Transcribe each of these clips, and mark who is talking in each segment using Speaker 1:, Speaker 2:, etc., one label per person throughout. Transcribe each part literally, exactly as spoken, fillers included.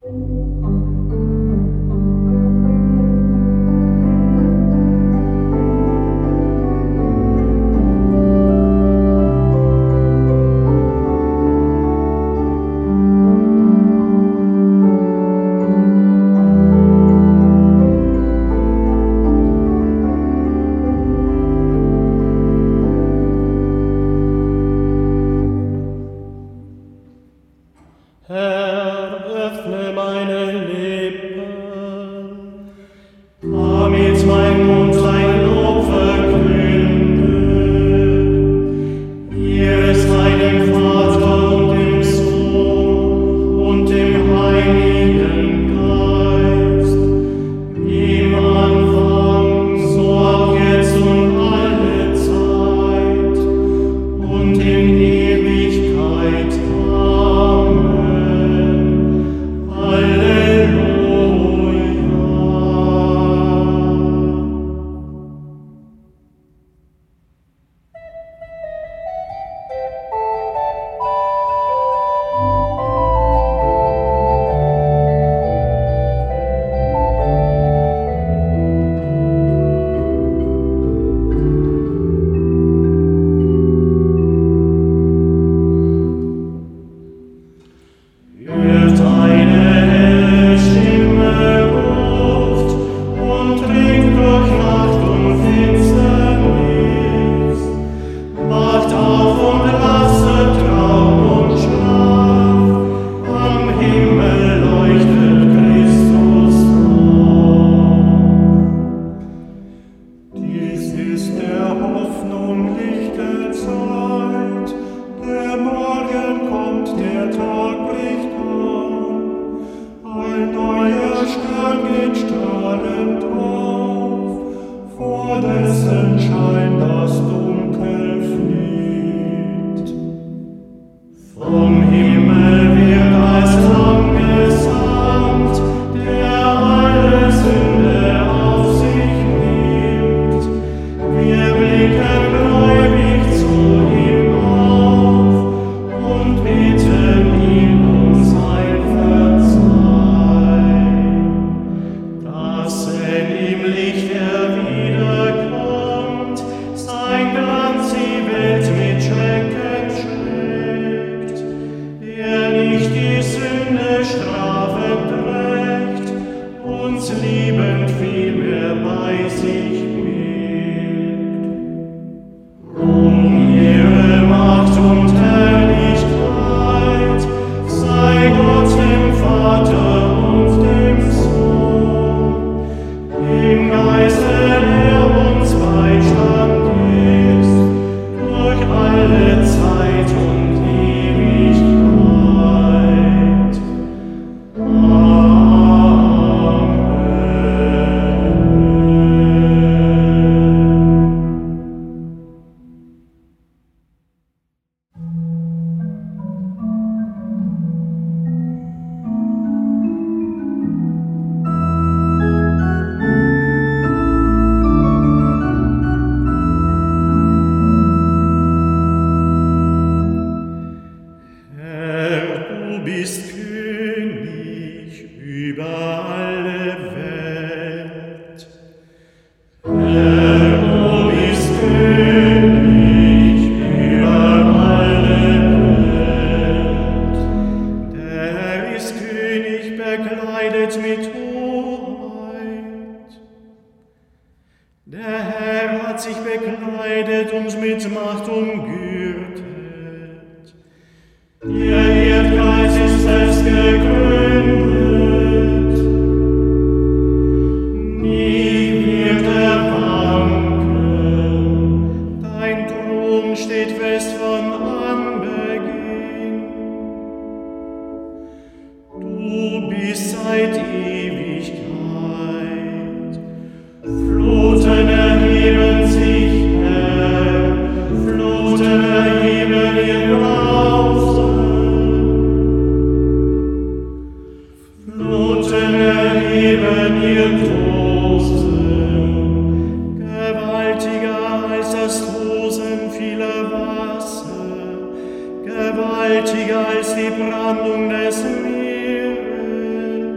Speaker 1: Gewaltiger als die Brandung des Meeres.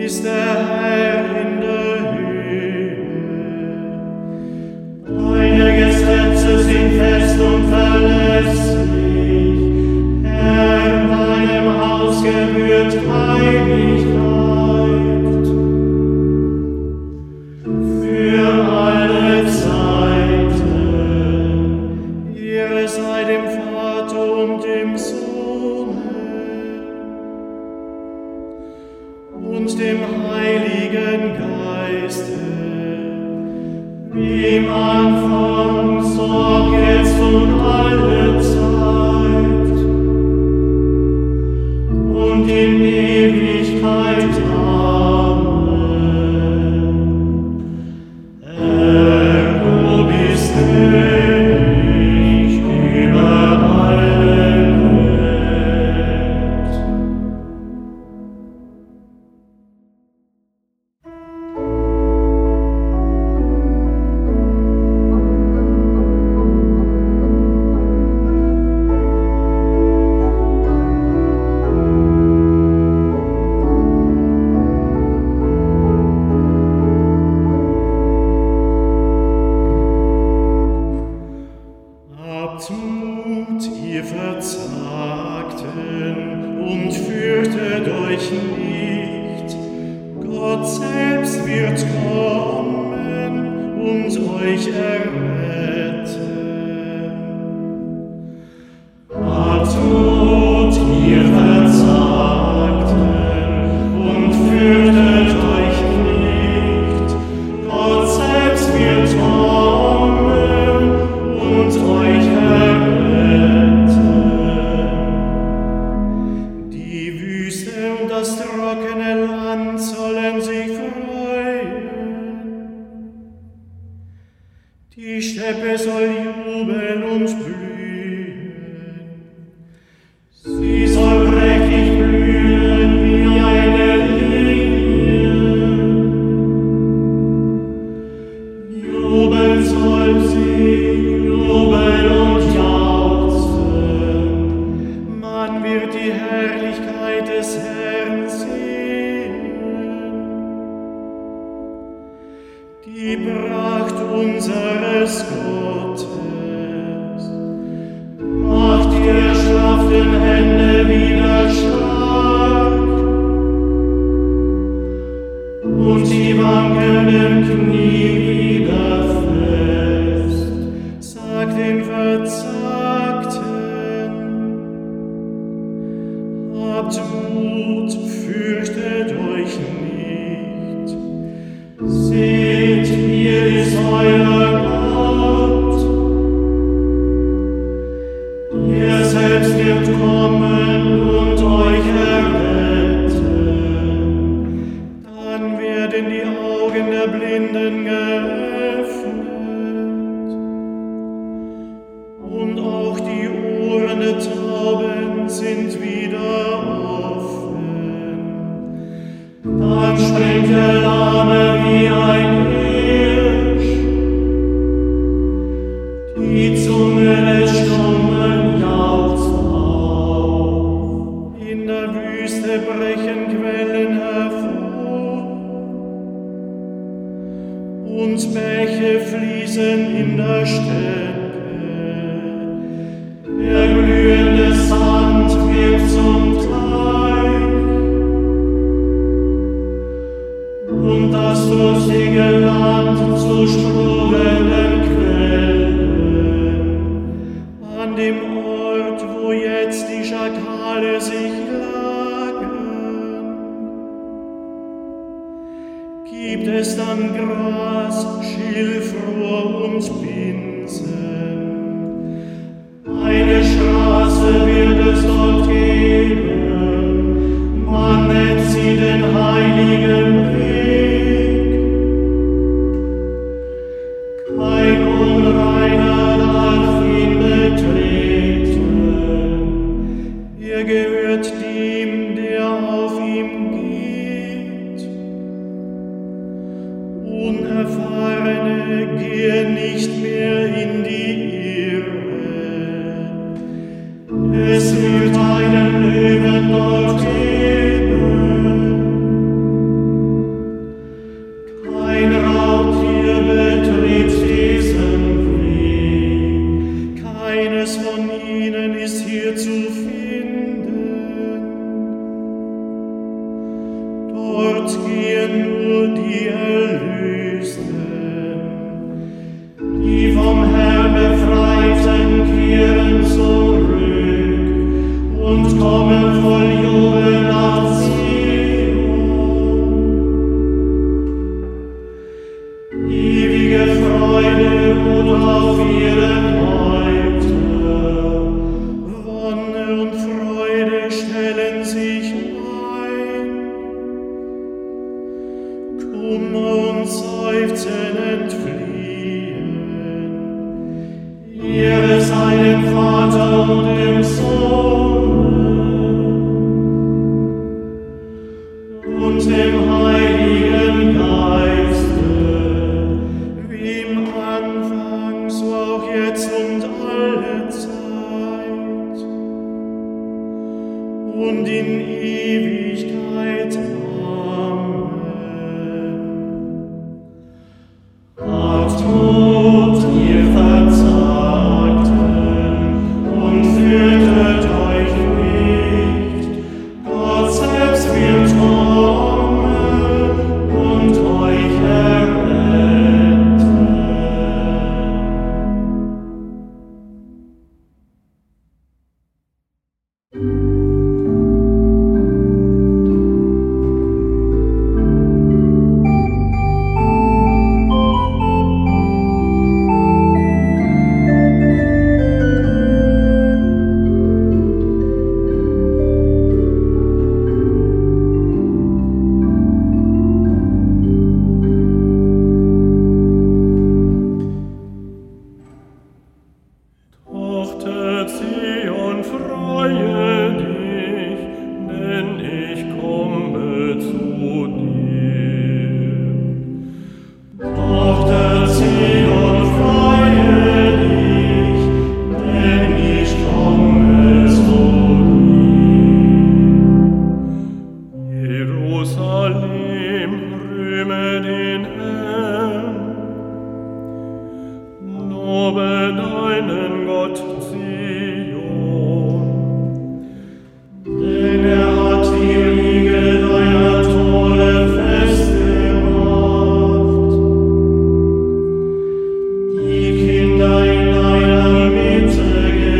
Speaker 1: ist der Herr in der Höhe. Deine Gesetze sind fest und verlässlich. Herr, deinem Haus gebührt Heiligkeit. Für alle Zeiten, Ehre sei dem Vater und dem Sohn und dem Heiligen Geiste, wie im Anfang, so auch jetzt und alle Zeit und in Ewigkeit. Amen. Herr, du bist König über alle Welt. Habt Mut, ihr Verzagten, und fürchtet euch nicht. Gott selbst wird kommen und euch erretten. Habt Mut, ihr Verzagten, und fürchtet euch nicht. Gott selbst wird kommen und euch erretten. Die Wüste und das trockene Land sollen sich freuen. Die Steppe soll jubeln und blühen. Sie soll prächtig blühen wie eine Lilie. Jubeln soll sie, jubeln und jauchzen. Man wird die Herrlichkeit des Herrn sehen. Die Pracht unseres Gottes macht die erschlafften Hände wieder stark und die wankenden Knie wieder fest. Sagt den Verzagten: Habt Mut, fürchtet euch nicht. Seht, hier ist euer Gott. Er selbst wird kommen und euch erretten. Dann werden die Augen der Blinden geöffnet und auch die Ohren der Tauben sind wieder offen. Dann springt der Lahme wie ein Hirsch, die Zunge des Stummen jauchzt auf. In der Wüste brechen Quellen hervor und Bäche fließen in der Steppe. Der glühende Sand wird zum Teich und das durstige Land zu sprudelnden Quellen. An dem Ort, wo jetzt die Schakale sich lagern, gibt es dann Gras, Schilfrohr und Binsen. Eine Straße wird es dort geben, man nennt sie den heiligen Weg. Kein Unreiner darf ihn betreten, er gehört dem, der auf ihm geht. Unerfahrene gehen nicht mehr in die Irre. Es wird einen Löwen Fortgehen nur die Erlösten, die vom Herrn Befreiten kehren zurück und kommen voll Jubel nach Zion. Ewige Freude ruht auf ihren Häuptern, Wonne und Freude stellen sich ein. Kummer und Seufzen entfliehen. Ehre sei dem Vater und dem Sohn und dem Heiligen Geiste, wie im Anfang, so auch jetzt und alle Zeit und in Ewigkeit. Tod, ihr Verzagten, und fürchtet euch nicht. Gott selbst wird kommen und euch erretten. Tochter Zion, freue dich, denn ich komme zu dir. Tochter Zion, freue dich, denn ich komme zu dir. Jerusalem, rühme den Herrn, lobe deinen Gott Zion, denn er hat die Riegel deiner Tore festgemacht, die Kinder in deiner Mitte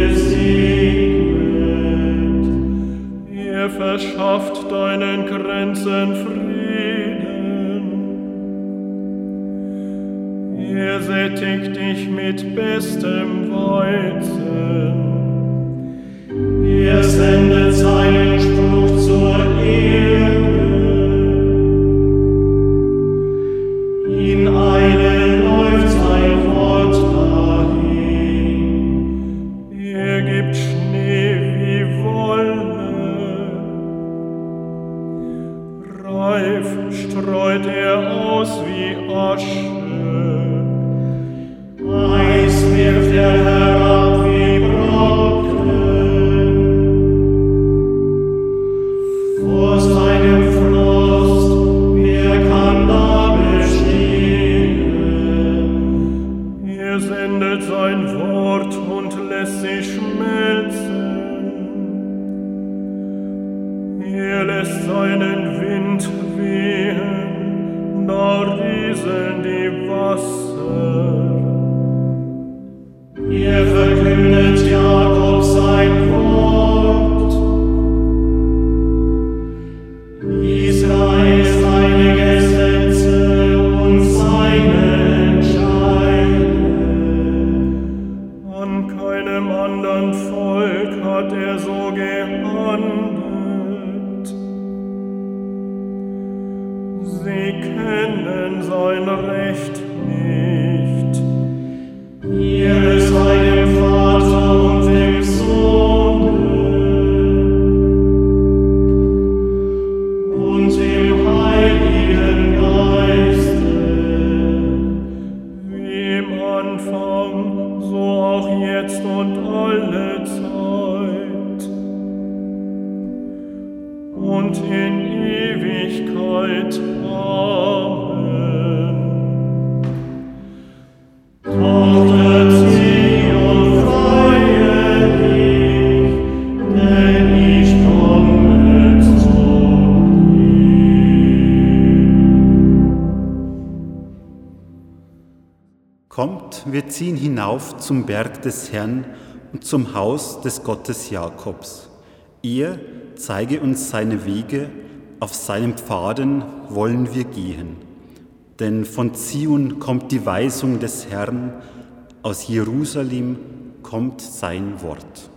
Speaker 1: gesegnet. Er verschafft deinen Grenzen Frieden, er sättigt dich mit bestem Weizen. Er sendet seinen Spruch zur Erde. In Eile läuft sein Wort dahin. Er gibt Schnee wie Wolle. Reif streut er aus wie Asche. Eis wirft er herab wie Brocken. Vor seinem Frost, wer kann da bestehen? Er sendet sein Wort und lässt sie schmelzen. Er lässt seinen Wind wehen, da rieseln die Wasser. Er verkündet Jakob sein Wort, Israel seine Gesetze und seine Entscheide. An keinem anderen Volk hat er so gehandelt. Sie kennen sein Recht nicht. Ehre sei dem Vater und dem Sohn und dem Heiligen Geiste, wie im Anfang, so auch jetzt und alle Zeit und in Ewigkeit. Amen. Tochter Zion, freue dich, denn ich komme zu dir.
Speaker 2: Kommt, wir ziehen hinauf zum Berg des Herrn und zum Haus des Gottes Jakobs. Er zeige uns seine Wege, auf seinen Pfaden wollen wir gehen. Denn von Zion kommt die Weisung des Herrn, aus Jerusalem kommt sein Wort.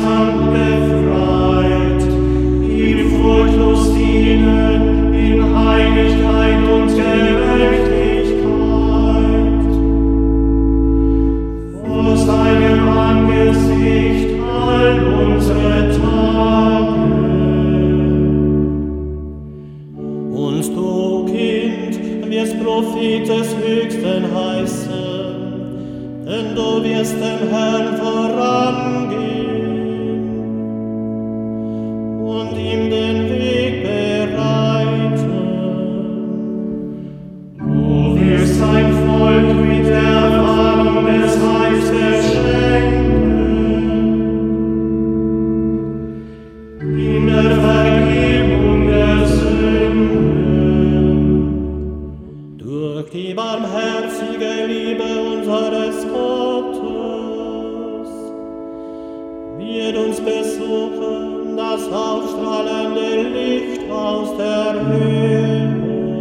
Speaker 1: Furchtlos dienen in Zuversicht all unsere Tage.
Speaker 3: Und du, Kind, wirst Prophet des Höchsten heißen, denn du wirst dem Herrn vorangehen und ihm den Weg bereiten.
Speaker 1: Du wirst sein Volk mit der Erfahrung des Heils beschenken, in der Vergebung der Sünden.
Speaker 3: Durch die barmherzige Liebe unseres Gottes wird uns besuchen das aufstrahlende Licht aus der Höhe,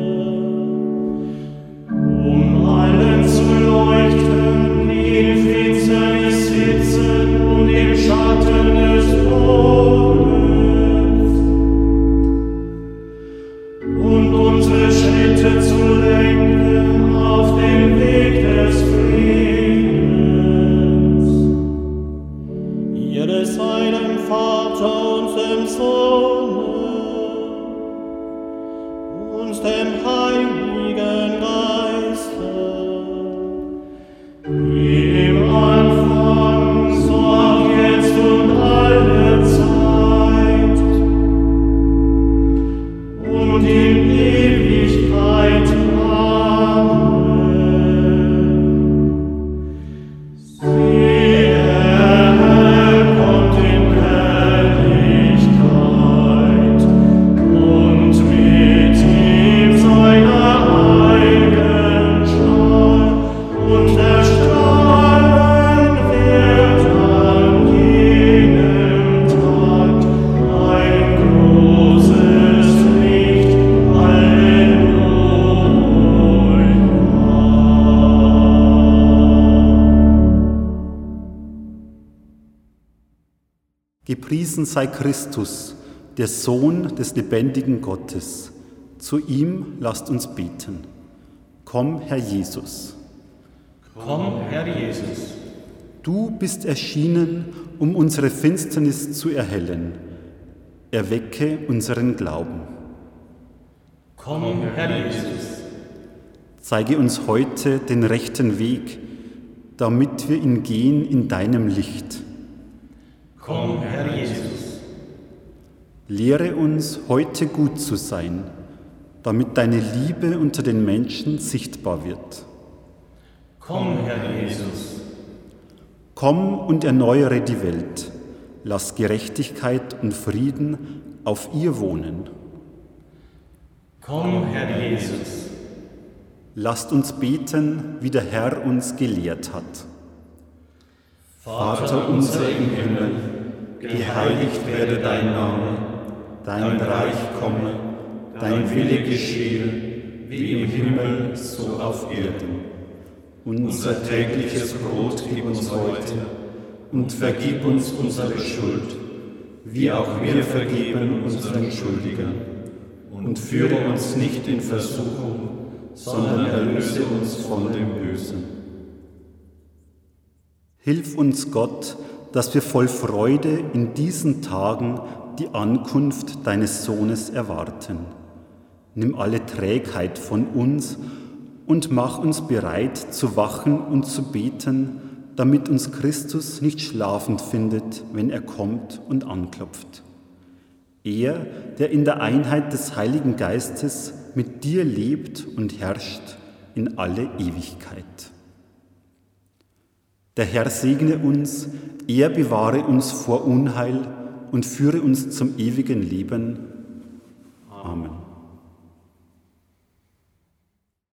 Speaker 1: Um allen zu leuchten, die in Finsternis sitzen und im Schatten des Todes, und unsere Schritte zu lenken auf den Weg des Friedens.
Speaker 3: Ehre sei dem Vater und dem Sohne und dem Heiligen Geiste,
Speaker 1: Wie im Anfang, so auch jetzt und alle Zeit und in Ewigkeit. Amen. Siehe, der Herr kommt in Herrlichkeit und mit ihm seiner heiligen Schar, und der Strahlen wird an jenem Tag ein großes Licht. Halleluja.
Speaker 2: Gepriesen sei Christus, der Sohn des lebendigen Gottes. Zu ihm lasst uns beten. Komm, Herr Jesus.
Speaker 3: komm, Herr Jesus.
Speaker 2: Du bist erschienen, um unsere Finsternis zu erhellen. Erwecke unseren Glauben.
Speaker 3: Komm, Herr Jesus.
Speaker 2: Zeige uns heute den rechten Weg, damit wir ihn gehen in deinem Licht.
Speaker 3: Komm, Herr Jesus.
Speaker 2: Lehre uns, heute gut zu sein, damit deine Liebe unter den Menschen sichtbar wird.
Speaker 3: Komm, Herr Jesus.
Speaker 2: Komm und erneuere die Welt. Lass Gerechtigkeit und Frieden auf ihr wohnen.
Speaker 3: Komm, Herr Jesus.
Speaker 2: Lasst uns beten, wie der Herr uns gelehrt hat.
Speaker 4: Vater unser im Himmel, geheiligt werde dein Name, dein Reich komme, dein Wille geschehe, wie im Himmel, so auf Erden. Unser tägliches Brot gib uns heute und vergib uns unsere Schuld, wie auch wir vergeben unseren Schuldigern. Und führe uns nicht in Versuchung, sondern erlöse uns von dem Bösen.
Speaker 2: Hilf uns, Gott, dass wir voll Freude in diesen Tagen die Ankunft deines Sohnes erwarten. Nimm alle Trägheit von uns und mach uns bereit zu wachen und zu beten, damit uns Christus nicht schlafend findet, wenn er kommt und anklopft. Er, der in der Einheit des Heiligen Geistes mit dir lebt und herrscht in alle Ewigkeit. Der Herr segne uns, er bewahre uns vor Unheil und führe uns zum ewigen Leben. Amen.